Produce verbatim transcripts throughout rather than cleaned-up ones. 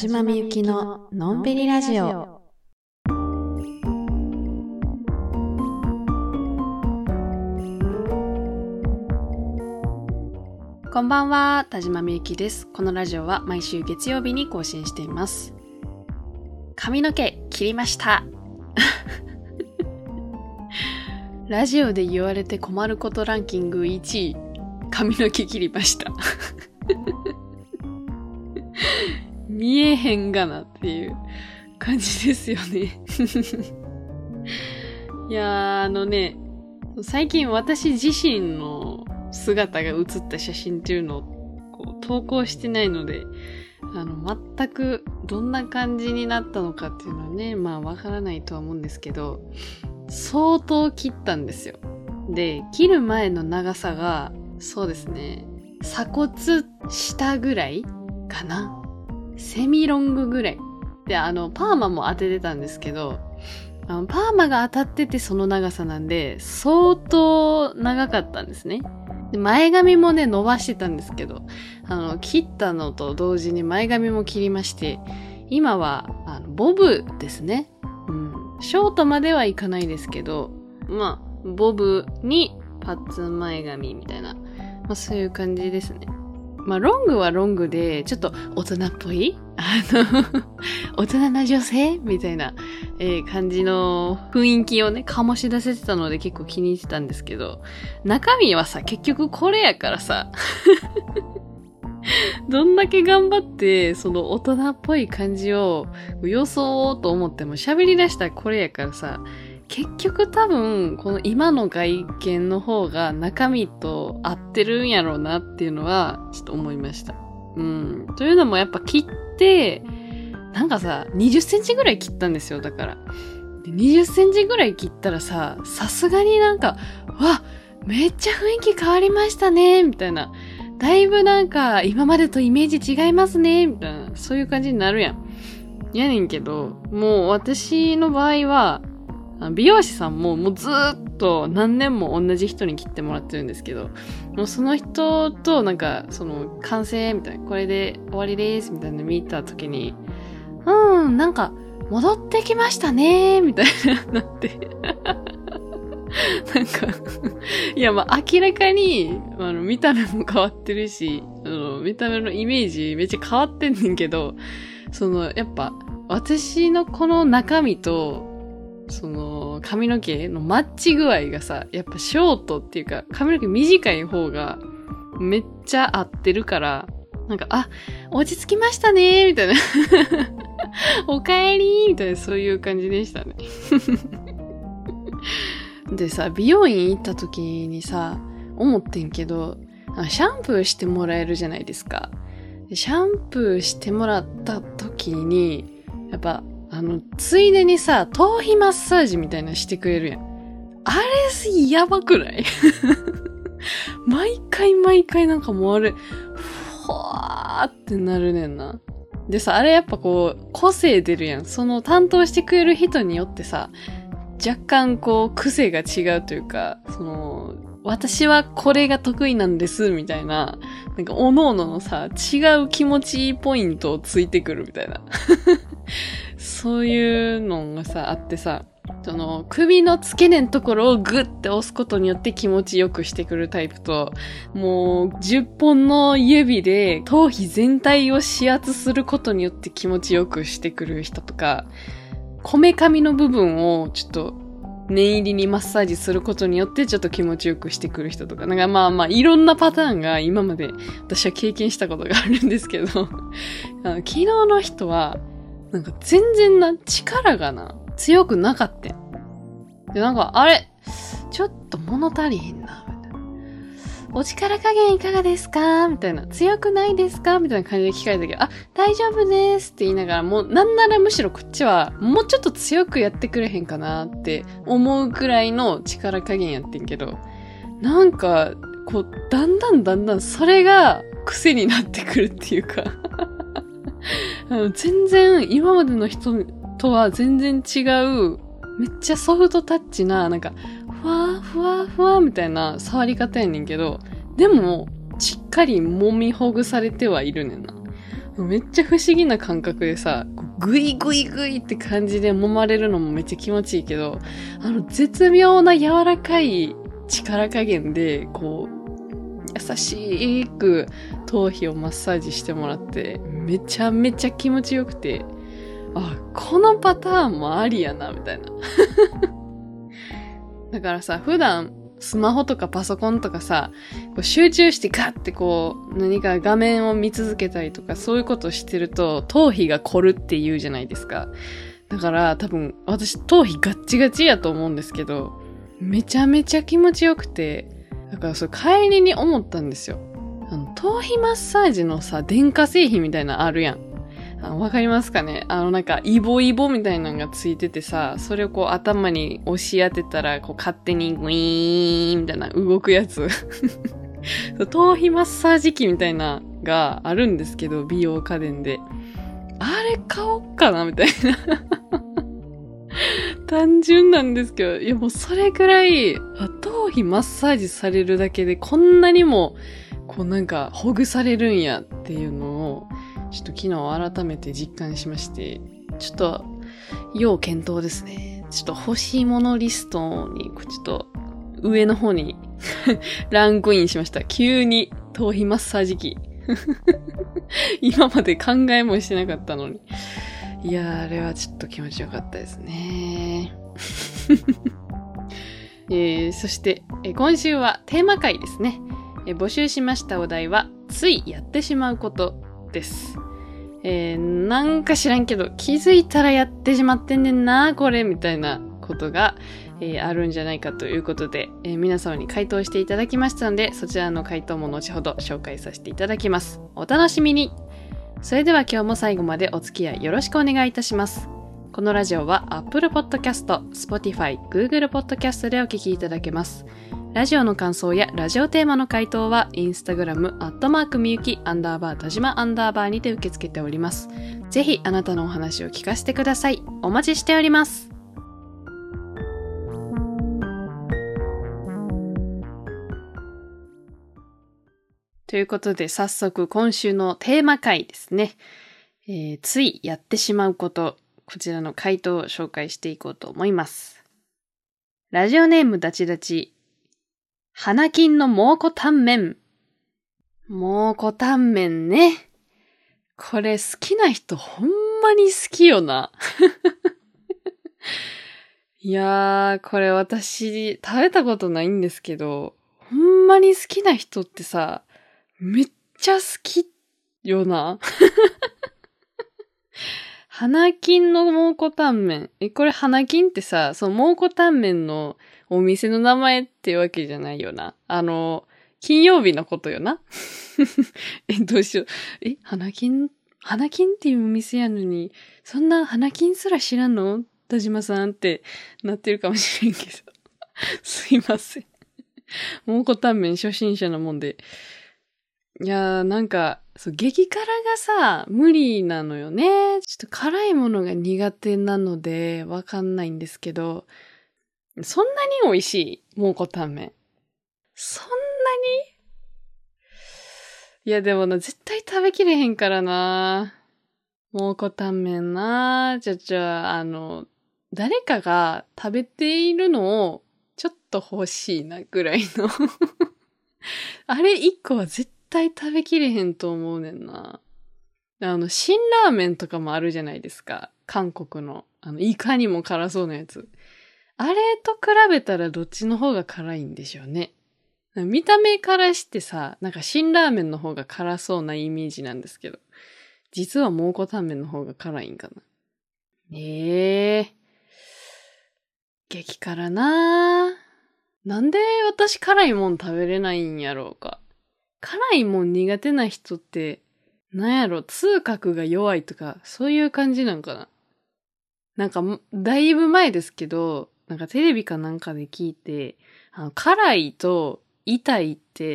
島みゆきののんびりラジオ。こんばんは、田島みゆきです。このラジオは毎週月曜日に更新しています。髪の毛切りましたラジオで言われて困ることランキングいちい、髪の毛切りました見えへんがなっていう感じですよねいやーあのね、最近私自身の姿が写った写真っていうのをこう投稿してないので、あの全くどんな感じになったのかっていうのはね、まあわからないとは思うんですけど、相当切ったんですよ。で、切る前の長さがそうですね、鎖骨下ぐらいかな、セミロングぐらいで、あのパーマも当ててたんですけど、あのパーマが当たっててその長さなんで相当長かったんですね。で、前髪もね伸ばしてたんですけど、あの切ったのと同時に前髪も切りまして、今はあのボブですね。うん、ショートまではいかないですけど、まあボブにパッツン前髪みたいな、まあそういう感じですね。まあロングはロングでちょっと大人っぽい、あの大人な女性みたいな、えー、感じの雰囲気をね醸し出せてたので結構気に入ってたんですけど、中身はさ結局これやからさどんだけ頑張ってその大人っぽい感じを装おうと思っても喋り出したらこれやからさ、結局多分この今の外見の方が中身と合ってるんやろうなっていうのはちょっと思いました。うん。というのもやっぱ切ってなんかさにじゅっセンチぐらい切ったんですよ。だからでにじゅっセンチぐらい切ったらさ、さすがになんかわめっちゃ雰囲気変わりましたねみたいな、だいぶなんか今までとイメージ違いますねみたいな、そういう感じになるやん。やねんけど、もう私の場合は美容師さんももうずーっと何年も同じ人に切ってもらってるんですけど、もうその人となんかその完成みたいな、これで終わりですみたいなの見た時に、うん、なんか戻ってきましたねみたいななってなんかいやまあ明らかにあの見た目も変わってるし、あの見た目のイメージめっちゃ変わってんねんけど、そのやっぱ私のこの中身とその髪の毛のマッチ具合がさ、やっぱショートっていうか髪の毛短い方がめっちゃ合ってるから、なんかあ落ち着きましたねみたいなおかえりみたいな、そういう感じでしたねでさ、美容院行った時にさ思ってんけど、シャンプーしてもらえるじゃないですか。シャンプーしてもらった時にやっぱあのついでにさ頭皮マッサージみたいなのしてくれるやん。あれやばくない毎回毎回なんかもうあれふわーってなるねんな。でさ、あれやっぱこう個性出るやん。その担当してくれる人によってさ若干こう癖が違うというか、その私はこれが得意なんですみたいな、なんか各々のさ違う気持ちいいポイントをついてくるみたいなそういうのがさあってさ、その首の付け根のところをグッて押すことによって気持ちよくしてくるタイプと、もうじゅっぽんの指で頭皮全体を指圧することによって気持ちよくしてくる人とか、こめかみの部分をちょっと念入りにマッサージすることによってちょっと気持ちよくしてくる人とか、なんかまあまあいろんなパターンが今まで私は経験したことがあるんですけどあの昨日の人はなんか全然な力がな強くなかったんで、なんかあれちょっと物足りひんなみたいな、お力加減いかがですかみたいな、強くないですかみたいな感じで聞かれたけど、あ大丈夫ですって言いながら、もうなんならむしろこっちはもうちょっと強くやってくれへんかなって思うくらいの力加減やってんけど、なんかこうだんだんだんだんそれが癖になってくるっていうかあの全然今までの人とは全然違う、めっちゃソフトタッチな、なんかふわーふわーふわーみたいな触り方やねんけど、でもしっかり揉みほぐされてはいるねんな。 めっちゃ不思議な感覚でさ、グイグイグイって感じで揉まれるのもめっちゃ気持ちいいけど、あの絶妙な柔らかい力加減で、こう、優しく頭皮をマッサージしてもらって、めちゃめちゃ気持ちよくて、あ、このパターンもありやな、みたいな。だからさ、普段、スマホとかパソコンとかさ、こう集中してガッてこう、何か画面を見続けたりとか、そういうことをしてると、頭皮が凝るって言うじゃないですか。だから多分、私頭皮ガッチガチやと思うんですけど、めちゃめちゃ気持ちよくて、だからそれ帰りに思ったんですよ。あの、頭皮マッサージのさ、電化製品みたいなのあるやん。あ、わかりますかね？あの、なんか、イボイボみたいなのがついててさ、それをこう頭に押し当てたら、こう勝手にグイーンみたいな動くやつ。頭皮マッサージ機みたいなのがあるんですけど、美容家電で。あれ買おっかなみたいな。単純なんですけど、いやもうそれぐらい、頭皮マッサージされるだけでこんなにも、こうなんか、ほぐされるんやっていうのを、ちょっと昨日改めて実感しまして、ちょっと、要検討ですね。ちょっと欲しいものリストに、ちょっと、上の方にランクインしました。急に頭皮マッサージ機。今まで考えもしてなかったのに。いやー、あれはちょっと気持ちよかったですね。えー、そして、え今週はテーマ回ですね。え募集しましたお題は、ついやってしまうことです。えー、なんか知らんけど、気づいたらやってしまってんねんな、これ、みたいなことが、えー、あるんじゃないかということで、えー、皆様に回答していただきましたので、そちらの回答も後ほど紹介させていただきます。お楽しみに。それでは今日も最後までお付き合いよろしくお願いいたします。このラジオは Apple Podcast、Spotify、Google Podcast でお聞きいただけます。ラジオの感想やラジオテーマの回答は、インスタグラム、アットマークみゆき、アンダーバー、田島、アンダーバーにて受け付けております。ぜひ、あなたのお話を聞かせてください。お待ちしております。ということで、早速、今週のテーマ回ですね。えー、ついやってしまうこと、こちらの回答を紹介していこうと思います。ラジオネームだちだち。花金の蒙古タンメン。蒙古タンメンね。これ好きな人ほんまに好きよな。いやー、これ私食べたことないんですけど、ほんまに好きな人ってさ、めっちゃ好きよな。花金の蒙古タンメン。え、これ花金ってさ、その蒙古タンメンのお店の名前ってわけじゃないよな。あの、金曜日のことよな。え、どうしよう。え、花金、花金っていうお店やのに、そんな花金すら知らんの？田島さんってなってるかもしれんけど。すいません。蒙古タンメン初心者なもんで。いやー、なんか、そう、激辛がさ、無理なのよね。ちょっと辛いものが苦手なので、わかんないんですけど、そんなに美味しい蒙古タンメン。そんなに？いや、でもな、絶対食べきれへんからな。蒙古タンメンな。じゃ、じゃあ、あの、誰かが食べているのを、ちょっと欲しいな、ぐらいの。あれ一個は絶対食べきれへんと思うねんな。あの、辛ラーメンとかもあるじゃないですか。韓国の。あの、いかにも辛そうなやつ。あれと比べたらどっちの方が辛いんでしょうね。見た目からしてさ、なんか辛ラーメンの方が辛そうなイメージなんですけど。実は蒙古タンメンの方が辛いんかな。ええー。激辛なぁ。なんで私辛いもん食べれないんやろうか。辛いもん苦手な人って、なんやろ、痛覚が弱いとか、そういう感じなんかな。なんか、だいぶ前ですけど、なんかテレビかなんかで聞いて、あの、辛いと痛いって、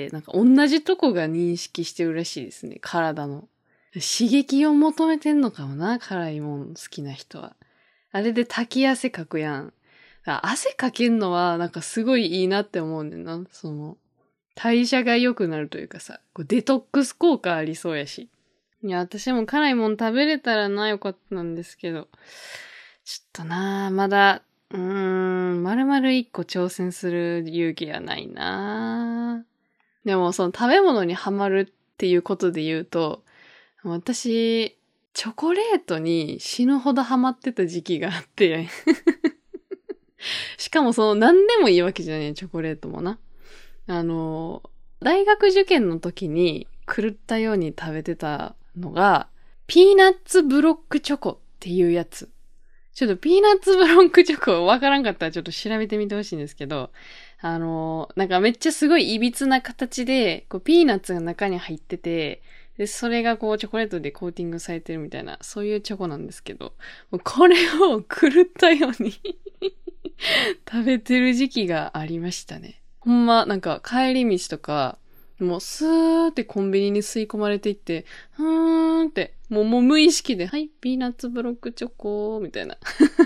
なんか同じとこが認識してるらしいですね、体の。刺激を求めてんのかもな、辛いもん好きな人は。あれで滝汗かくやん。汗かけんのはなんかすごいいいなって思うねんな。その、代謝が良くなるというかさ、こうデトックス効果ありそうやし。 いや、私も辛いもん食べれたらな、よかったんですけど。ちょっとな、まだ、うーん、丸々一個挑戦する勇気がないな。でも、その食べ物にハマるっていうことで言うと、私、チョコレートに死ぬほどハマってた時期があって、しかもその何でもいいわけじゃない、チョコレートもな。あの、大学受験の時に狂ったように食べてたのが、ピーナッツブロックチョコっていうやつ。ちょっとピーナッツブロックチョコわからんかったらちょっと調べてみてほしいんですけど、あの、なんかめっちゃすごい歪な形で、こうピーナッツが中に入ってて、で、それがこうチョコレートでコーティングされてるみたいな、そういうチョコなんですけど、もうこれを狂ったように食べてる時期がありましたね。ほんま、なんか帰り道とか、もうスーってコンビニに吸い込まれていって、ふーんって、もうもう無意識で、はい、ピーナッツブロックチョコみたいな。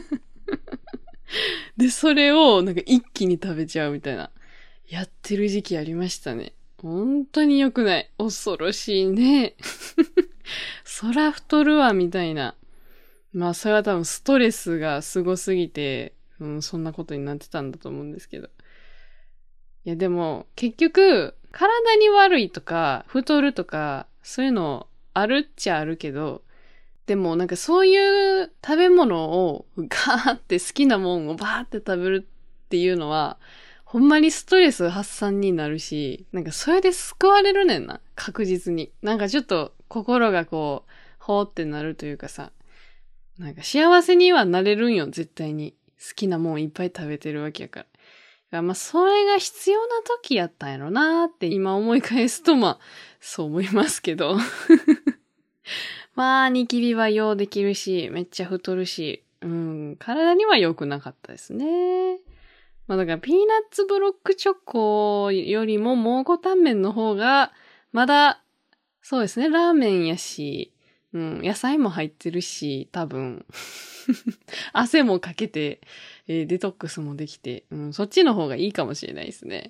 で、それをなんか一気に食べちゃうみたいな。やってる時期ありましたね。本当に良くない。恐ろしいね。空太るわ、みたいな。まあ、それは多分ストレスがすごすぎて、うん、そんなことになってたんだと思うんですけど。いや、でも、結局、体に悪いとか、太るとか、そういうのあるっちゃあるけど、でもなんかそういう食べ物をガーって好きなもんをバーって食べるっていうのは、ほんまにストレス発散になるし、なんかそれで救われるねんな。確実に。なんかちょっと心がこう、ほーってなるというかさ、なんか幸せにはなれるんよ、絶対に。好きなもんいっぱい食べてるわけやから。まあ、それが必要な時やったんやろなーって今思い返すと、まあ、そう思いますけど。まあ、ニキビはようできるし、めっちゃ太るし、うん、体には良くなかったですね。まあだから、ピーナッツブロックチョコよりも蒙古タンメンの方が、まだ、そうですね、ラーメンやし、うん、野菜も入ってるし、多分。汗もかけて、えーデトックスもできて、うん、そっちの方がいいかもしれないですね。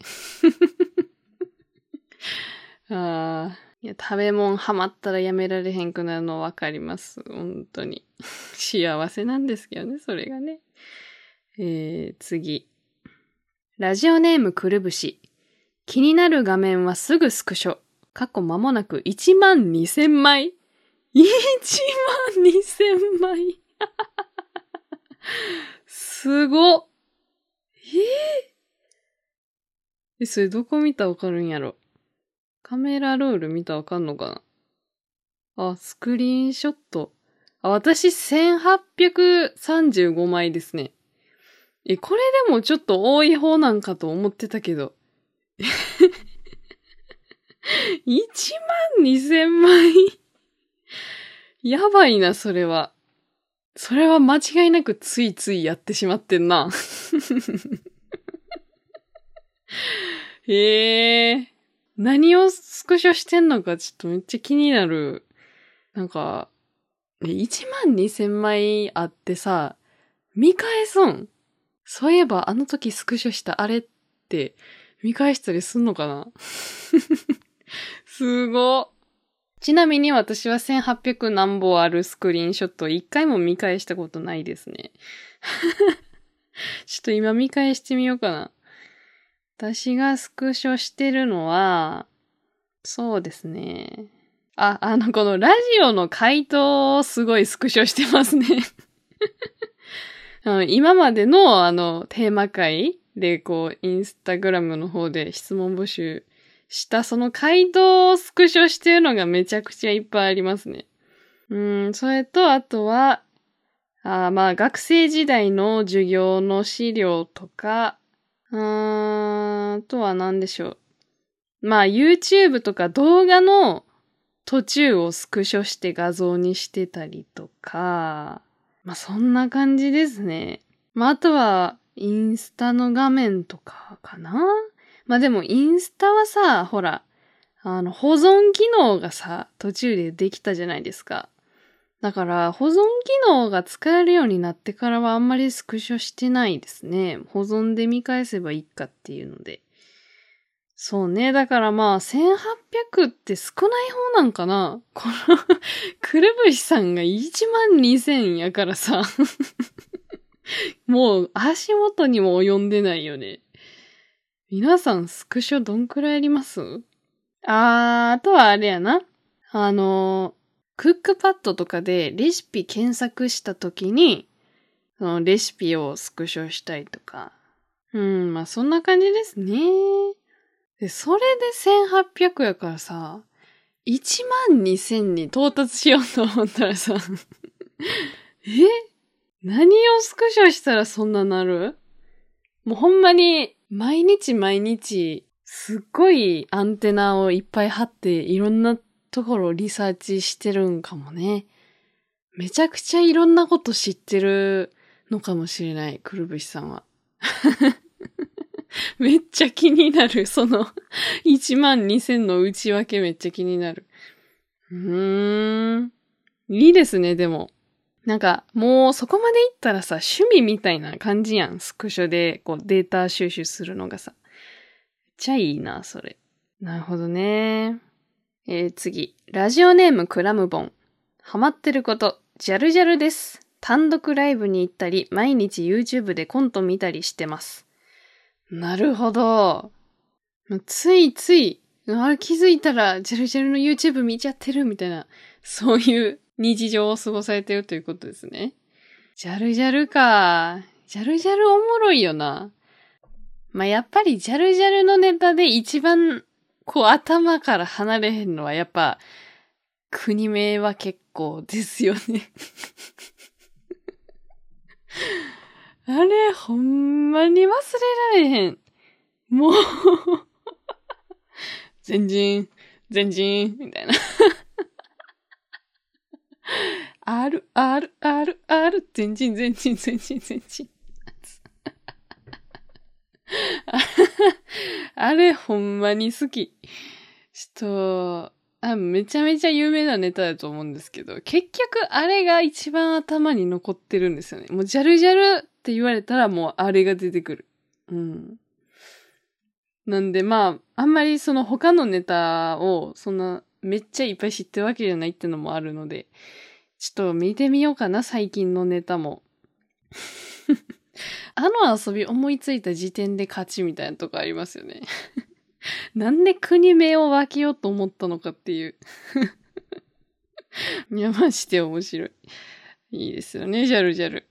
ああ、いや、食べ物ハマったらやめられへんくなるのわかります。本当に。幸せなんですけどね、それがね。えー、次。ラジオネームくるぶし。気になる画面はすぐスクショ。過去間もなくいちまんにせんまい。いちまんにせんまい。すごっ。えー、え、それどこ見たらわかるんやろ。カメラロール見たらわかんのかな。あ、スクリーンショット。あ、私せんはっぴゃくさんじゅうごまいですね。え、これでもちょっと多い方なんかと思ってたけど。いちまんにせんまい。やばいな、それは。それは間違いなくついついやってしまってんな。へえ。何をスクショしてんのかちょっとめっちゃ気になる。なんか、いちまんにせんまいあってさ、見返すん？そういえばあの時スクショしたあれって見返したりすんのかな。すご。ちなみに私はせんはっぴゃく何本あるスクリーンショット一回も見返したことないですね。ちょっと今見返してみようかな。私がスクショしてるのは、そうですね。あ、あの、このラジオの回答をすごいスクショしてますね。あの今までのあのテーマ会でこうインスタグラムの方で質問募集したその回答をスクショしてるのがめちゃくちゃいっぱいありますね。うん、それとあとは、あまあ学生時代の授業の資料とか、うーん、あとは何でしょう。まあ YouTube とか動画の途中をスクショして画像にしてたりとか、まあそんな感じですね。まああとはインスタの画面とかかな。まあでもインスタはさ、ほら、あの保存機能がさ、途中でできたじゃないですか。だから保存機能が使えるようになってからはあんまりスクショしてないですね。保存で見返せばいいかっていうので。 そうね。だからまあ、せんはっぴゃくって少ない方なんかな。この、くるぶしさんがいちまんにせんやからさ。もう足元にも及んでないよね。皆さんスクショどんくらいあります？あー、あとはあれやな。あの、クックパッドとかでレシピ検索したときに、そのレシピをスクショしたりとか。うん、まあそんな感じですね。で、それでせんはっぴゃくやからさ、いちまんにせんに到達しようと思ったらさ、え？何をスクショしたらそんななる？もうほんまに毎日毎日すっごいアンテナをいっぱい張っていろんなところをリサーチしてるんかもね。めちゃくちゃいろんなこと知ってるのかもしれない、くるぶしさんは。めっちゃ気になる。そのいちまんにせんの内訳めっちゃ気になる。うーん。いいですね、でも。なんか、もうそこまでいったらさ、趣味みたいな感じやん。スクショでこうデータ収集するのがさ。めっちゃいいな、それ。なるほどね。えー、次。ラジオネームクラムボン。ハマってること、ジャルジャルです。単独ライブに行ったり、毎日 YouTube でコント見たりしてます。なるほど。ついつい、あ気づいたら、ジャルジャルの YouTube 見ちゃってるみたいな、そういう日常を過ごされてるということですね。ジャルジャルか。ジャルジャルおもろいよな。まあ、やっぱりジャルジャルのネタで一番、こう頭から離れへんのはやっぱ、国名は結構ですよね。あれ、ほんまに忘れられへん。もう、全人、全人、みたいな。ある、ある、ある、ある、全人、全人、全人、全人。あれ、ほんまに好き。ちょっと、あ、めちゃめちゃ有名なネタだと思うんですけど、結局あれが一番頭に残ってるんですよね。もうジャルジャルって言われたらもうあれが出てくる。うん。なんでまあ、あんまりその他のネタをそんなめっちゃいっぱい知ってるわけじゃないってのもあるので、ちょっと見てみようかな、最近のネタも。あの遊び思いついた時点で勝ちみたいなとこありますよね。なんで国名を分けようと思ったのかっていう。いや、マジで面白い。いいですよね、ジャルジャル。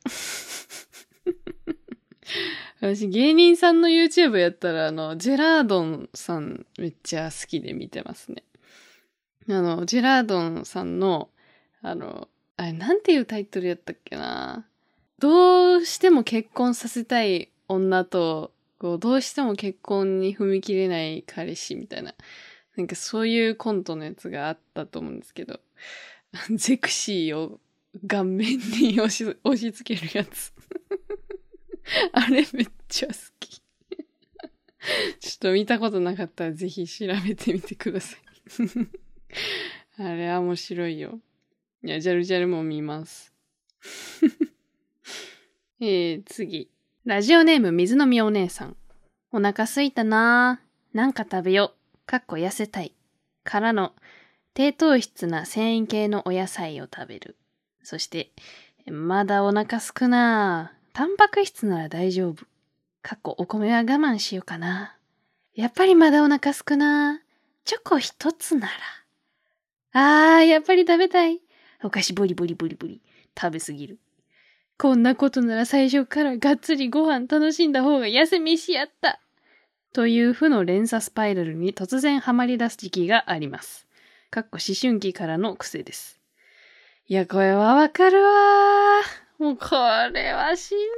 私、芸人さんの YouTube やったら、あの、ジェラードンさんめっちゃ好きで見てますね。あの、ジェラードンさんの、あの、あれ、なんていうタイトルやったっけな。どうしても結婚させたい女と、こうどうしても結婚に踏み切れない彼氏みたいな。なんかそういうコントのやつがあったと思うんですけど、ゼクシーを顔面に押し、押し付けるやつ。あれめっちゃ好き。ちょっと見たことなかったらぜひ調べてみてください。あれは面白いよ。いや、ジャルジャルも見ます。えー、次。ラジオネーム水飲みお姉さん。お腹すいたなぁ。なんか食べよ。かっこ痩せたい。からの、低糖質な繊維系のお野菜を食べる。そして、まだお腹すくなぁ。タンパク質なら大丈夫。かっこお米は我慢しようかな。やっぱりまだお腹すくなぁ。チョコ一つなら。あー、やっぱり食べたい。お菓子ボリボリボリボリ。食べすぎる。こんなことなら最初からがっつりご飯楽しんだ方が痩せ飯やった。という負の連鎖スパイラルに突然ハマり出す時期があります。かっこ思春期からの癖です。いや、これはわかるわー。もうこれはしんどいよね。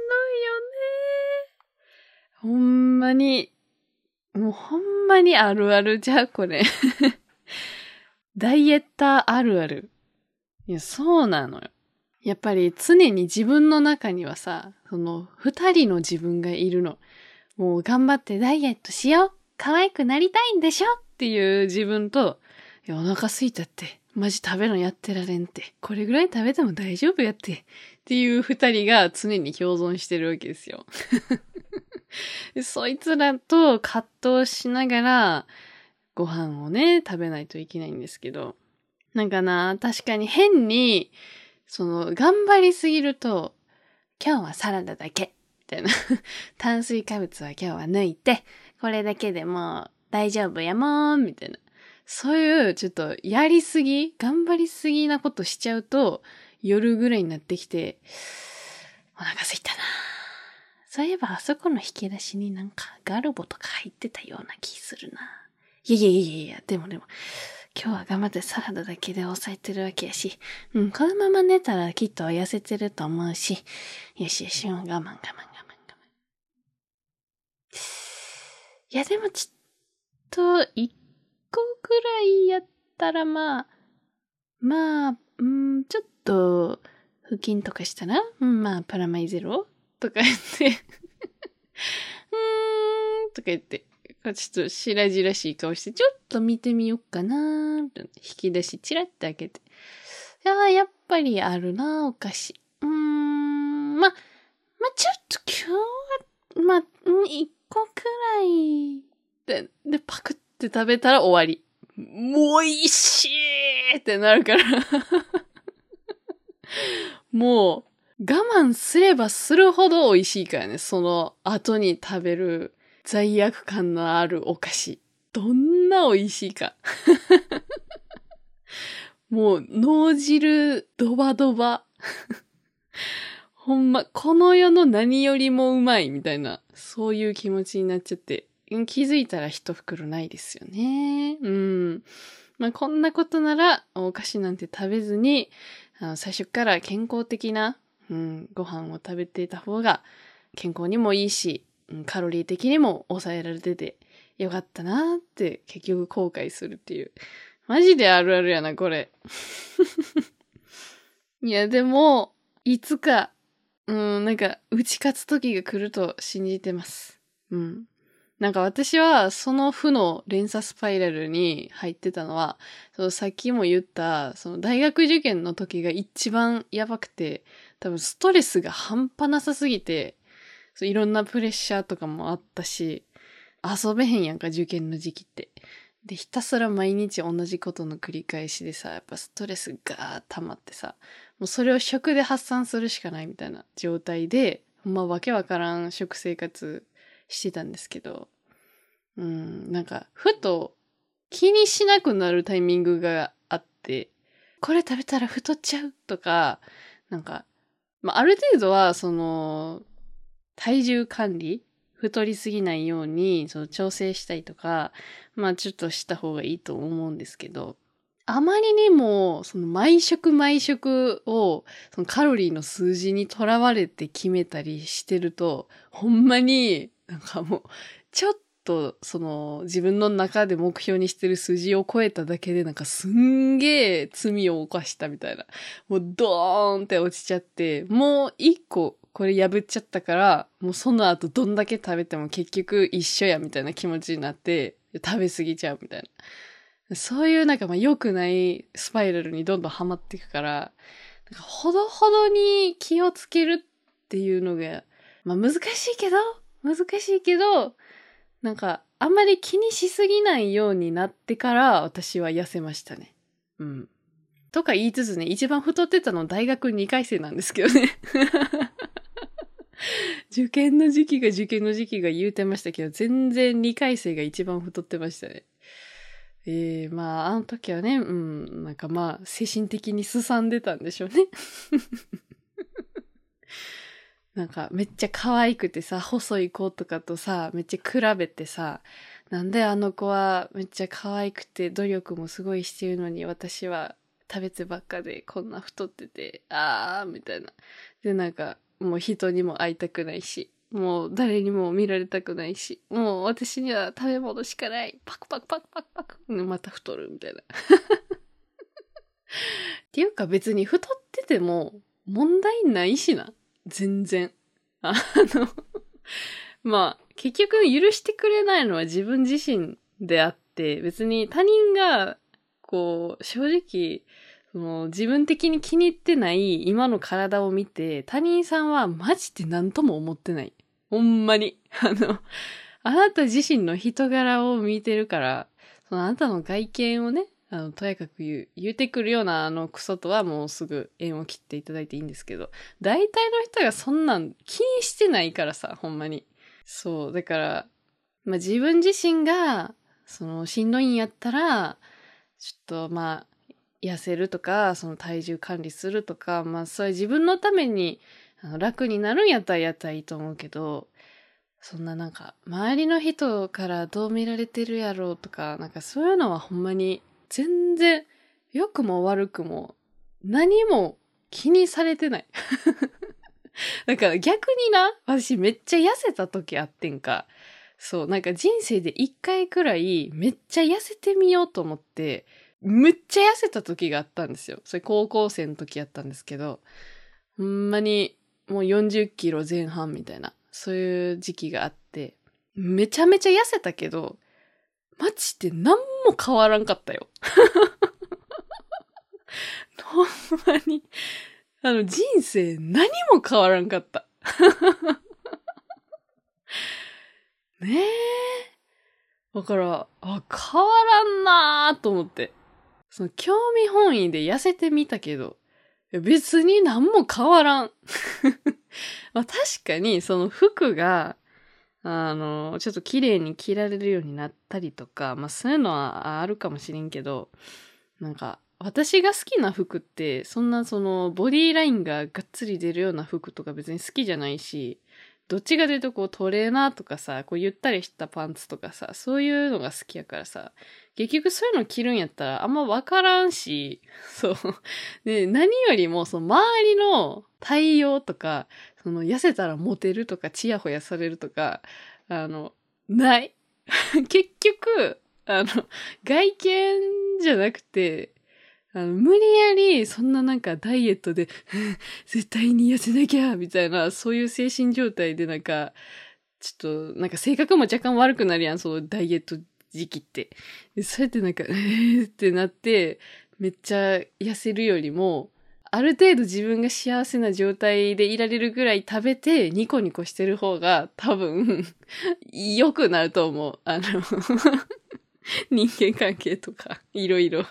ほんまに、もうほんまにあるあるじゃ、これ。ダイエッターあるある。いや、そうなのよ。やっぱり常に自分の中にはさ、その二人の自分がいるの。もう頑張ってダイエットしよう。可愛くなりたいんでしょっていう自分と、いやお腹空いたって、マジ食べるのやってられんって。これぐらい食べても大丈夫やって。っていう二人が常に共存してるわけですよ。 でそいつらと葛藤しながら、ご飯をね、食べないといけないんですけど、なんかな、確かに変に、その、頑張りすぎると、今日はサラダだけ、みたいな。炭水化物は今日は抜いて、これだけでもう大丈夫やもん、みたいな。そういう、ちょっと、やりすぎ、頑張りすぎなことしちゃうと、夜ぐらいになってきて、お腹空いたな。そういえばあそこの引き出しになんかガルボとか入ってたような気するな。いやいやいやいや、でもでも、今日は頑張ってサラダだけで抑えてるわけやし、うん、このまま寝たらきっと痩せてると思うし、よしよし、我慢我慢我慢我慢。いやでもちょっと、一個くらいやったらまあ、まあ、うん、ちょっと、腹筋とかしたら、うん、まあ、プラマイゼロとか言って、うーん、とか言って、ちょっと白々しい顔して、ちょっと見てみよっかなーって引き出しチラッて開けて。いやー、やっぱりあるなー、お菓子。うーん、ま、ま、ちょっと今日は、ま、うん、一個くらいで、で、パクって食べたら終わり。もういしいってなるから。もう、我慢すればするほど美味しいからね。その後に食べる罪悪感のあるお菓子。どんな美味しいか。もう脳汁ドバドバ。ほんま、この世の何よりもうまいみたいな、そういう気持ちになっちゃって。気づいたら一袋ないですよね。うん。まあ、こんなことならお菓子なんて食べずに、あの最初から健康的な、うん、ご飯を食べていた方が健康にもいいし、うん、カロリー的にも抑えられててよかったなーって結局後悔するっていう。マジであるあるやな、これ。いや、でも、いつか、うん、なんか、打ち勝つ時が来ると信じてます。うん。なんか私はその負の連鎖スパイラルに入ってたのは、そのさっきも言った、その大学受験の時が一番やばくて、多分ストレスが半端なさすぎて、そういろんなプレッシャーとかもあったし、遊べへんやんか、受験の時期って。で、ひたすら毎日同じことの繰り返しでさ、やっぱストレスがー溜まってさ、もうそれを食で発散するしかないみたいな状態で、ほんまわけわからん食生活してたんですけど、うん、なんか、ふと気にしなくなるタイミングがあって、これ食べたら太っちゃうとか、なんか、まあ、ある程度は、その、体重管理太りすぎないように、その調整したりとか、まあちょっとした方がいいと思うんですけど、あまりにも、その毎食毎食を、そのカロリーの数字にとらわれて決めたりしてると、ほんまになんかもう、ちょっと、その、自分の中で目標にしてる数字を超えただけで、なんかすんげー罪を犯したみたいな。もうドーンって落ちちゃって、もう一個、これ破っちゃったから、もうその後どんだけ食べても結局一緒やみたいな気持ちになって、食べ過ぎちゃうみたいな。そういうなんかまあ良くないスパイラルにどんどんハマっていくから、なんかほどほどに気をつけるっていうのが、まあ難しいけど、難しいけど、なんかあんまり気にしすぎないようになってから私は痩せましたね。うん。とか言いつつね、一番太ってたの大学にかい生なんですけどね。受験の時期が受験の時期が言うてましたけど、全然にかい生が一番太ってましたね。ええー、まあ、あの時はね、うん、なんかまあ、精神的にすさんでたんでしょうね。なんか、めっちゃ可愛くてさ、細い子とかとさ、めっちゃ比べてさ、なんであの子はめっちゃ可愛くて努力もすごいしてるのに、私は食べてばっかでこんな太ってて、あー、みたいな。で、なんか、もう人にも会いたくないし、もう誰にも見られたくないし、もう私には食べ物しかない。パクパクパクパクパク。また太るみたいな。っていうか別に太ってても問題ないしな。全然。あの、まあ、結局許してくれないのは自分自身であって、別に他人が、こう、正直、その自分的に気に入ってない今の体を見て、他人さんはマジで何とも思ってない。 ほんまに。あの、あなた自身の人柄を見てるから、そのあなたの外見をね、あの、とやかく言う、言うてくるようなあのクソとはもうすぐ縁を切っていただいていいんですけど、大体の人がそんなん気にしてないからさ、ほんまに。そう、だから、まあ、自分自身が、その、しんどいんやったら、ちょっとまあ、痩せるとか、その体重管理するとか、まあ、それ自分のためにあの楽になるんやったらやったらいいと思うけど、そんななんか、周りの人からどう見られてるやろうとか、なんかそういうのはほんまに、全然、良くも悪くも、何も気にされてない。だから逆にな、私めっちゃ痩せた時あってんか。そう、なんか人生で一回くらいめっちゃ痩せてみようと思って、めっちゃ痩せた時があったんですよ。それ高校生の時やったんですけど、ほんまにもうよんじゅっキロぜん半みたいな、そういう時期があって、めちゃめちゃ痩せたけど、マジで何も変わらんかったよ。ほんまに。あの、人生何も変わらんかった。ねえ。だから、あ、変わらんなーと思って。その興味本位で痩せてみたけど、別に何も変わらん。まあ確かにその服が、あの、ちょっと綺麗に着られるようになったりとか、まあそういうのはあるかもしれんけど、なんか、私が好きな服って、そんなそのボディラインががっつり出るような服とか別に好きじゃないし、どっちかというとこうトレーナーとかさ、こうゆったりしたパンツとかさ、そういうのが好きやからさ、結局そういうの着るんやったらあんまわからんし、そう。で、何よりもその周りの対応とか、その痩せたらモテるとか、チヤホヤされるとか、あの、ない。結局、あの、外見じゃなくて、あの、無理やり、そんななんかダイエットで、絶対に痩せなきゃ、みたいな、そういう精神状態でなんか、ちょっと、なんか性格も若干悪くなるやん、そのダイエット時期って。でそうやってなんか、えーってなって、めっちゃ痩せるよりも、ある程度自分が幸せな状態でいられるぐらい食べて、ニコニコしてる方が、多分、良くなると思う。あの、人間関係とか、いろいろ。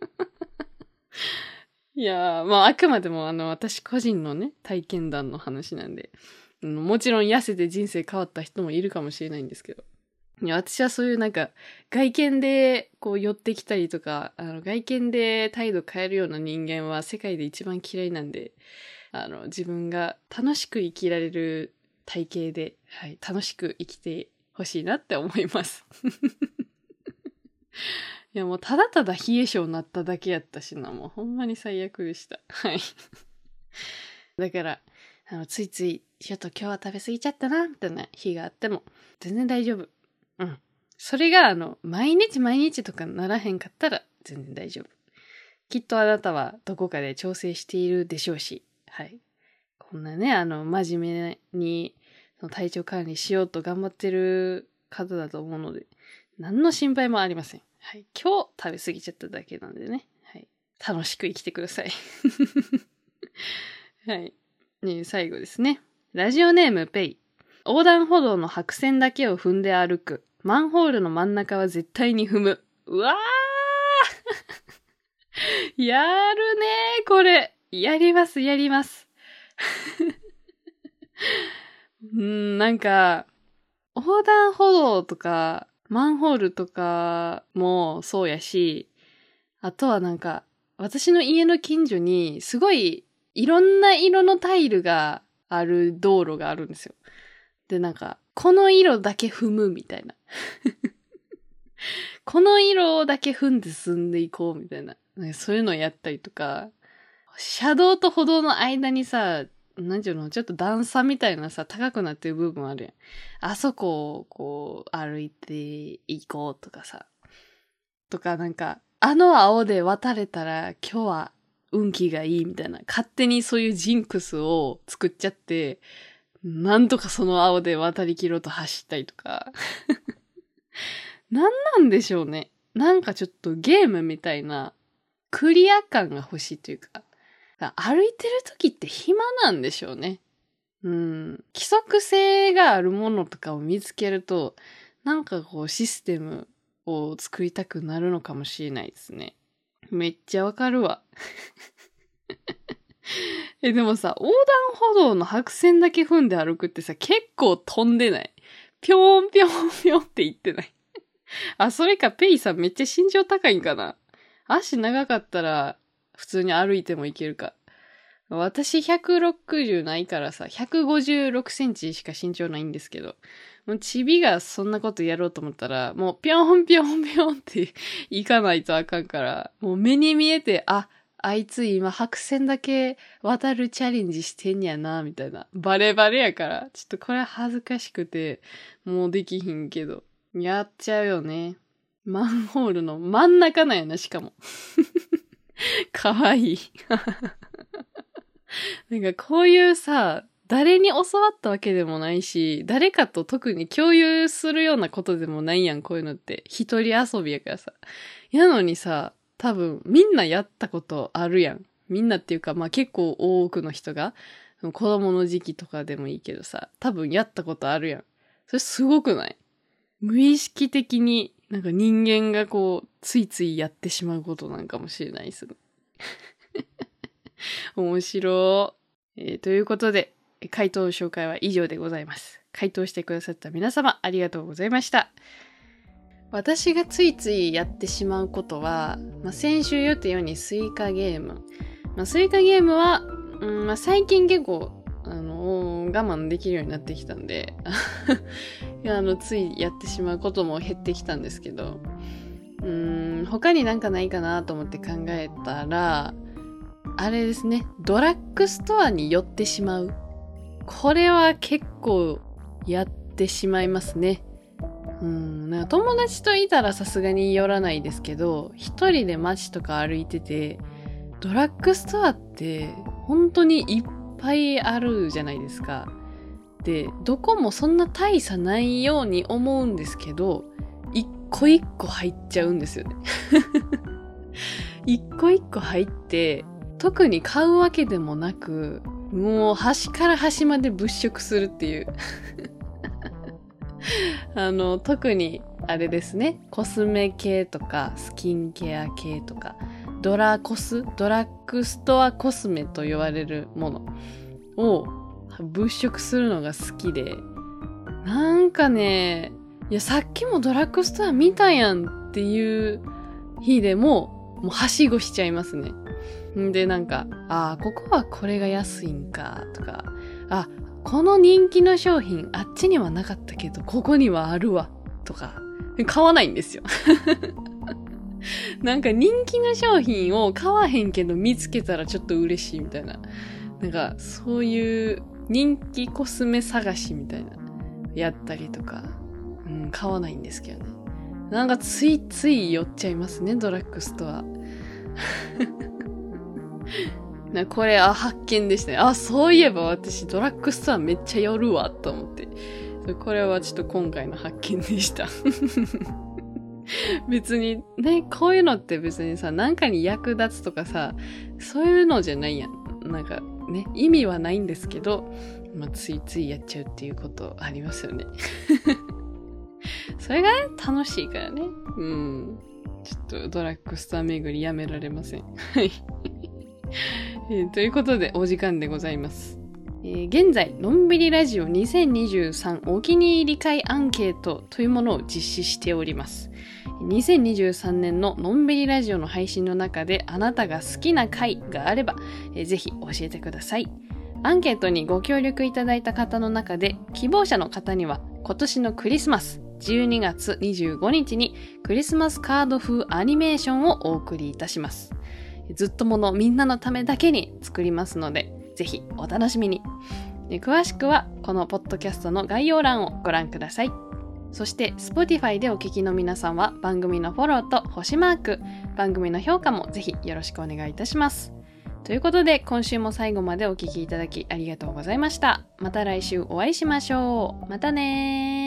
いやー、まあ、あくまでも、あの、私個人のね、体験談の話なんで、うん、もちろん痩せて人生変わった人もいるかもしれないんですけど。いや、私はそういうなんか、外見で、こう、寄ってきたりとか、あの、外見で態度変えるような人間は世界で一番嫌いなんで、あの、自分が楽しく生きられる体型で、はい、楽しく生きてほしいなって思います。いやもうただただ冷え性になっただけやったしな、もうほんまに最悪でした。はい。だから、あの、ついつい、ちょっと今日は食べ過ぎちゃったな、みたいな日があっても、全然大丈夫。うん。それが、あの、毎日毎日とかならへんかったら、全然大丈夫。きっとあなたはどこかで調整しているでしょうし、はい。こんなね、あの、真面目に、その体調管理しようと頑張ってる方だと思うので、何の心配もありません。はい。今日食べ過ぎちゃっただけなんでね。はい。楽しく生きてください。はい。ね、最後ですね。ラジオネームペイ。横断歩道の白線だけを踏んで歩く。マンホールの真ん中は絶対に踏む。うわーやるねー、これ。やります、やります。うん、なんか、横断歩道とか、マンホールとかもそうやし、あとはなんか、私の家の近所にすごいいろんな色のタイルがある道路があるんですよ。で、なんか、この色だけ踏むみたいな。この色だけ踏んで進んでいこうみたいな。なんかそういうのやったりとか、車道と歩道の間にさ、なんていうの、ちょっと段差みたいなさ、高くなってる部分あるやん。あそこをこう歩いていこうとかさ。とかなんか、あの青で渡れたら今日は運気がいいみたいな。勝手にそういうジンクスを作っちゃって、なんとかその青で渡り切ろうと走ったりとか。なんなんでしょうね。なんかちょっとゲームみたいなクリア感が欲しいというか。歩いてる時って暇なんでしょうね。 うん、規則性があるものとかを見つけると、なんかこうシステムを作りたくなるのかもしれないですね。めっちゃわかるわ。え、でもさ、横断歩道の白線だけ踏んで歩くってさ、結構飛んでない？ぴょんぴょんぴょんって言ってない？あ、それか、ペイさんめっちゃ身長高いんかな？足長かったら、普通に歩いてもいけるか。私ひゃくろくじゅうないからさ、ひゃくごじゅうろくセンチしか身長ないんですけど、もうチビがそんなことやろうと思ったら、もうぴょんぴょんぴょんって行かないとあかんから、もう目に見えて、あ、あいつ今白線だけ渡るチャレンジしてんやな、みたいな。バレバレやから、ちょっとこれ恥ずかしくて、もうできひんけど、やっちゃうよね。マンホールの真ん中なんやな、しかも。かわいい。なんかこういうさ、誰に教わったわけでもないし、誰かと特に共有するようなことでもないやん、こういうのって。一人遊びやからさ。やのにさ、多分みんなやったことあるやん。みんなっていうか、まあ結構多くの人が、子供の時期とかでもいいけどさ、多分やったことあるやん。それすごくない？無意識的になんか人間がこう、ついついやってしまうことなんかもしれないですね。面白い、えー。ということで、回答紹介は以上でございます。回答してくださった皆様ありがとうございました。私がついついやってしまうことは、まあ、先週言ったようにスイカゲーム。まあ、スイカゲームは、うんまあ、最近結構、あのー、我慢できるようになってきたんで、あのついやってしまうことも減ってきたんですけど、うーん他になんかないかなと思って考えたら、あれですね、ドラッグストアに寄ってしまう。これは結構やってしまいますね。うん、なんか友達といたらさすがに寄らないですけど、一人で街とか歩いてて、ドラッグストアって本当にいっぱいあるじゃないですか。で、どこもそんな大差ないように思うんですけど、一個一個入っちゃうんですよね。一個一個入って、特に買うわけでもなく、もう端から端まで物色するっていう。あの、特にあれですね、コスメ系とかスキンケア系とか、ドラコス、ドラッグストアコスメと言われるものを物色するのが好きで、なんかね、いやさっきもドラッグストア見たやんっていう日でも、もうはしごしちゃいますね。んでなんか、ああ、ここはこれが安いんかとか、あ、この人気の商品あっちにはなかったけどここにはあるわとか買わないんですよ。なんか人気の商品を買わへんけど見つけたらちょっと嬉しいみたいな、なんかそういう人気コスメ探しみたいなやったりとか、うん、買わないんですけどね。なんかついつい寄っちゃいますね、ドラッグストア。なこれ、あ、発見でしたね。あ、そういえば私ドラッグストアめっちゃ寄るわと思って。これはちょっと今回の発見でした。別にね、こういうのって別にさ、なんかに役立つとかさ、そういうのじゃないやん。なんかね、意味はないんですけど、まあ、ついついやっちゃうっていうことありますよね。それがね、楽しいからね。うん。ちょっとドラッグストア巡りやめられません。はい。えー、ということでお時間でございます。えー、現在のんびりラジオにせんにじゅうさんお気に入り会アンケートというものを実施しております。にせんにじゅうさんねんののんびりラジオの配信の中であなたが好きな回があれば、えー、ぜひ教えてください。アンケートにご協力いただいた方の中で希望者の方には今年のクリスマスじゅうにがつにじゅうごにちにクリスマスカード風アニメーションをお送りいたします。ずっとものみんなのためだけに作りますので、ぜひお楽しみに。詳しくはこのポッドキャストの概要欄をご覧ください。そして Spotify でお聞きの皆さんは番組のフォローと星マーク、番組の評価もぜひよろしくお願いいたします。ということで今週も最後までお聞きいただきありがとうございました。また来週お会いしましょう。またねー。